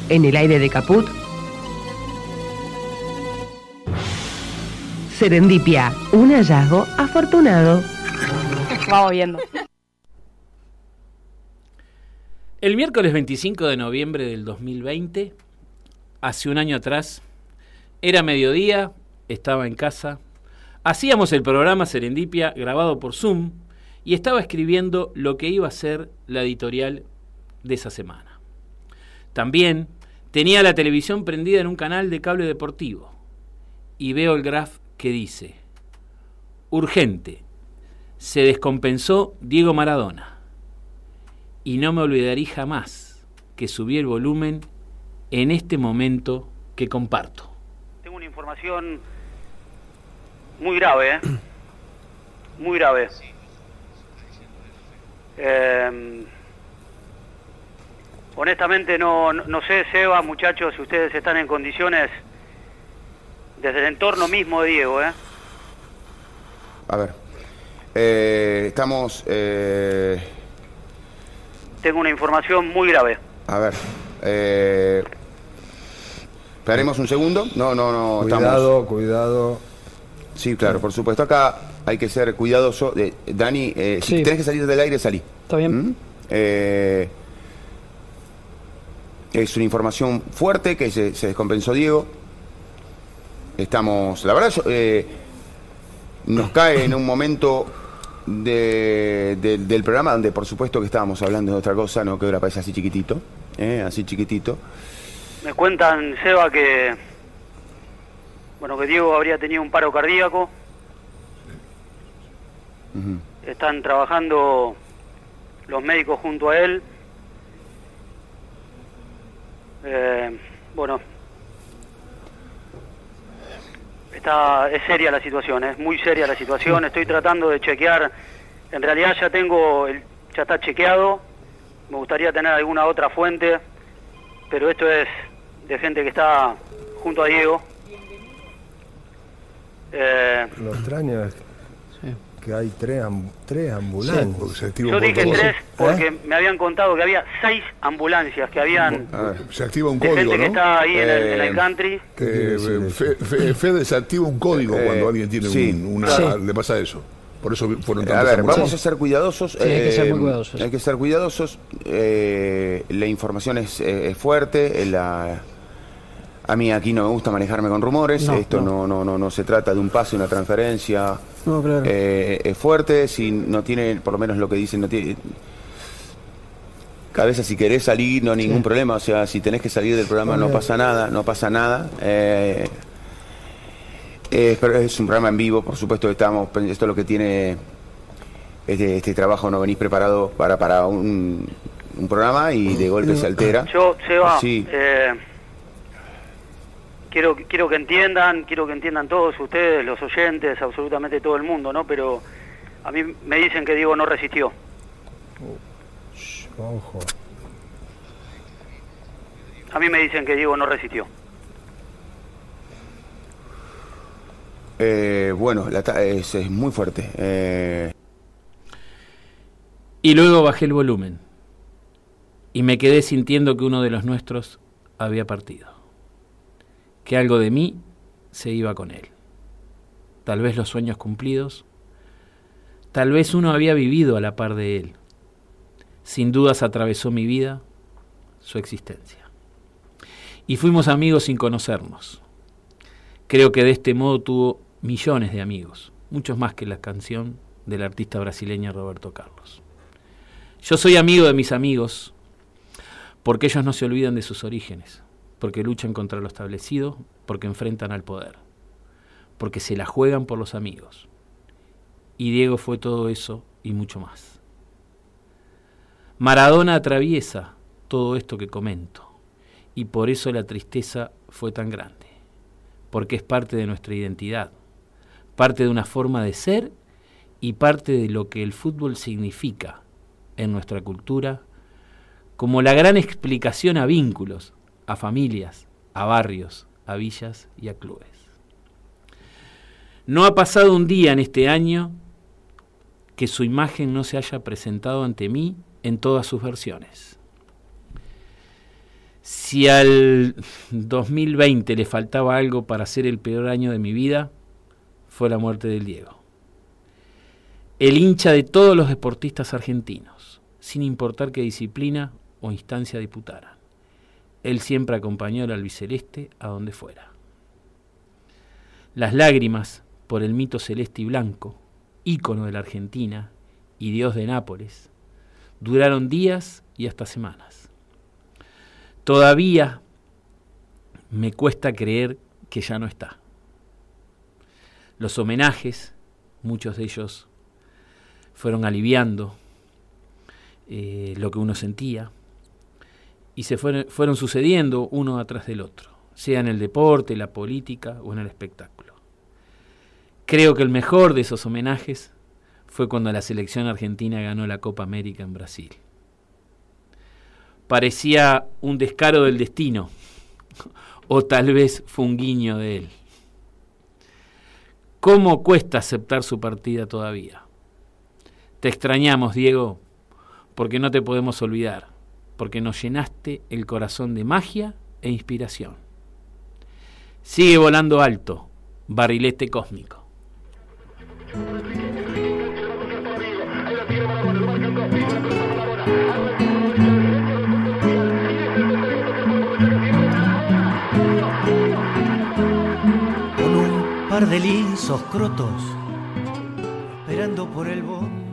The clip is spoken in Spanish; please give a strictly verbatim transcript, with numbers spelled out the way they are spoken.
En el aire de Caput, Serendipia, un hallazgo afortunado. Vamos viendo. El miércoles veinticinco de noviembre del dos mil veinte, hace un año atrás, era mediodía, estaba en casa, hacíamos el programa Serendipia grabado por Zoom y estaba escribiendo lo que iba a ser la editorial de esa semana. También tenía la televisión prendida en un canal de cable deportivo y veo el graph que dice: urgente, se descompensó Diego Maradona. Y no me olvidaré jamás que subí el volumen en este momento que comparto. Tengo una información muy grave, ¿eh? Muy grave. Eh, honestamente no, no, no sé, Seba, muchachos, si ustedes están en condiciones desde el entorno mismo de Diego, ¿eh? A ver, eh, estamos... Eh... Tengo una información muy grave. A ver, eh... esperemos un segundo. No, no, no. Cuidado, estamos... cuidado. Sí, claro, por supuesto. Acá hay que ser cuidadoso. Eh, Dani, eh, si sí. tenés que salir del aire, salí. Está bien. ¿Mm? Eh... Es una información fuerte que se, se descompensó Diego. Estamos, la verdad, yo, eh, nos cae en un momento de, de, del programa donde por supuesto que estábamos hablando de otra cosa, no que ahora parece así chiquitito, eh, así chiquitito. Me cuentan, Seba, que bueno, que Diego habría tenido un paro cardíaco. Uh-huh. Están trabajando los médicos junto a él. Eh, bueno, está, es seria la situación, es muy seria la situación. Estoy tratando de chequear, en realidad ya tengo, el, ya está chequeado. Me gustaría tener alguna otra fuente, pero esto es de gente que está junto a Diego. Eh, Lo extraño es que hay tres, amb tres ambulancias. Sí, yo dije tres porque ¿Eh? me habían contado que había seis ambulancias que habían. Se activa un de código, gente ¿no? que está ahí eh, en, el, en el country. Eh, Fede fe, se activa un código eh, cuando alguien tiene sí, un, una. Sí. Le pasa eso. Por eso fueron tantas. A ver, vamos a ser cuidadosos. Sí, hay que ser muy cuidadosos. Hay que ser cuidadosos. Eh, la información es, eh, es fuerte. La, a mí aquí no me gusta manejarme con rumores. No, Esto no. No, no, no, no se trata de un pase, una transferencia. No, claro. Eh, es fuerte, si no tiene, por lo menos lo que dicen, no tiene... Cabeza, si querés salir, no hay ningún sí. problema, o sea, si tenés que salir del programa no pasa nada, no pasa nada. Eh, eh, pero es un programa en vivo, por supuesto que estamos, esto es lo que tiene este, este trabajo, no venís preparado para, para un, un programa y de golpe se altera. Yo, Seba, sí. eh, Quiero, quiero que entiendan, quiero que entiendan todos ustedes, los oyentes, absolutamente todo el mundo, ¿no? Pero a mí me dicen que Diego no resistió. Ojo. A mí me dicen que Diego no resistió. Eh, bueno, la es, es muy fuerte. Eh... Y luego bajé el volumen y me quedé sintiendo que uno de los nuestros había partido. Que algo de mí se iba con él. Tal vez los sueños cumplidos, tal vez uno había vivido a la par de él. Sin dudas atravesó mi vida, su existencia. Y fuimos amigos sin conocernos. Creo que de este modo tuvo millones de amigos, muchos más que la canción del artista brasileño Roberto Carlos. Yo soy amigo de mis amigos porque ellos no se olvidan de sus orígenes, porque luchan contra lo establecido, porque enfrentan al poder, porque se la juegan por los amigos. Y Diego fue todo eso y mucho más. Maradona atraviesa todo esto que comento, y por eso la tristeza fue tan grande, porque es parte de nuestra identidad, parte de una forma de ser y parte de lo que el fútbol significa en nuestra cultura, como la gran explicación a vínculos, a familias, a barrios, a villas y a clubes. No ha pasado un día en este año que su imagen no se haya presentado ante mí en todas sus versiones. Si al dos mil veinte le faltaba algo para ser el peor año de mi vida, fue la muerte del Diego. El hincha de todos los deportistas argentinos, sin importar qué disciplina o instancia disputaran. Él siempre acompañó al albiceleste a donde fuera. Las lágrimas por el mito celeste y blanco, ícono de la Argentina y dios de Nápoles, duraron días y hasta semanas. Todavía me cuesta creer que ya no está. Los homenajes, muchos de ellos fueron aliviando eh, lo que uno sentía y se fueron, fueron sucediendo uno atrás del otro, sea en el deporte, la política o en el espectáculo. Creo que el mejor de esos homenajes fue cuando la selección argentina ganó la Copa América en Brasil. Parecía un descaro del destino, o tal vez fue un guiño de él. ¿Cómo cuesta aceptar su partida todavía? Te extrañamos, Diego, porque no te podemos olvidar, porque nos llenaste el corazón de magia e inspiración. Sigue volando alto, barrilete cósmico. Con un par de lisos crotos, esperando por el bondi.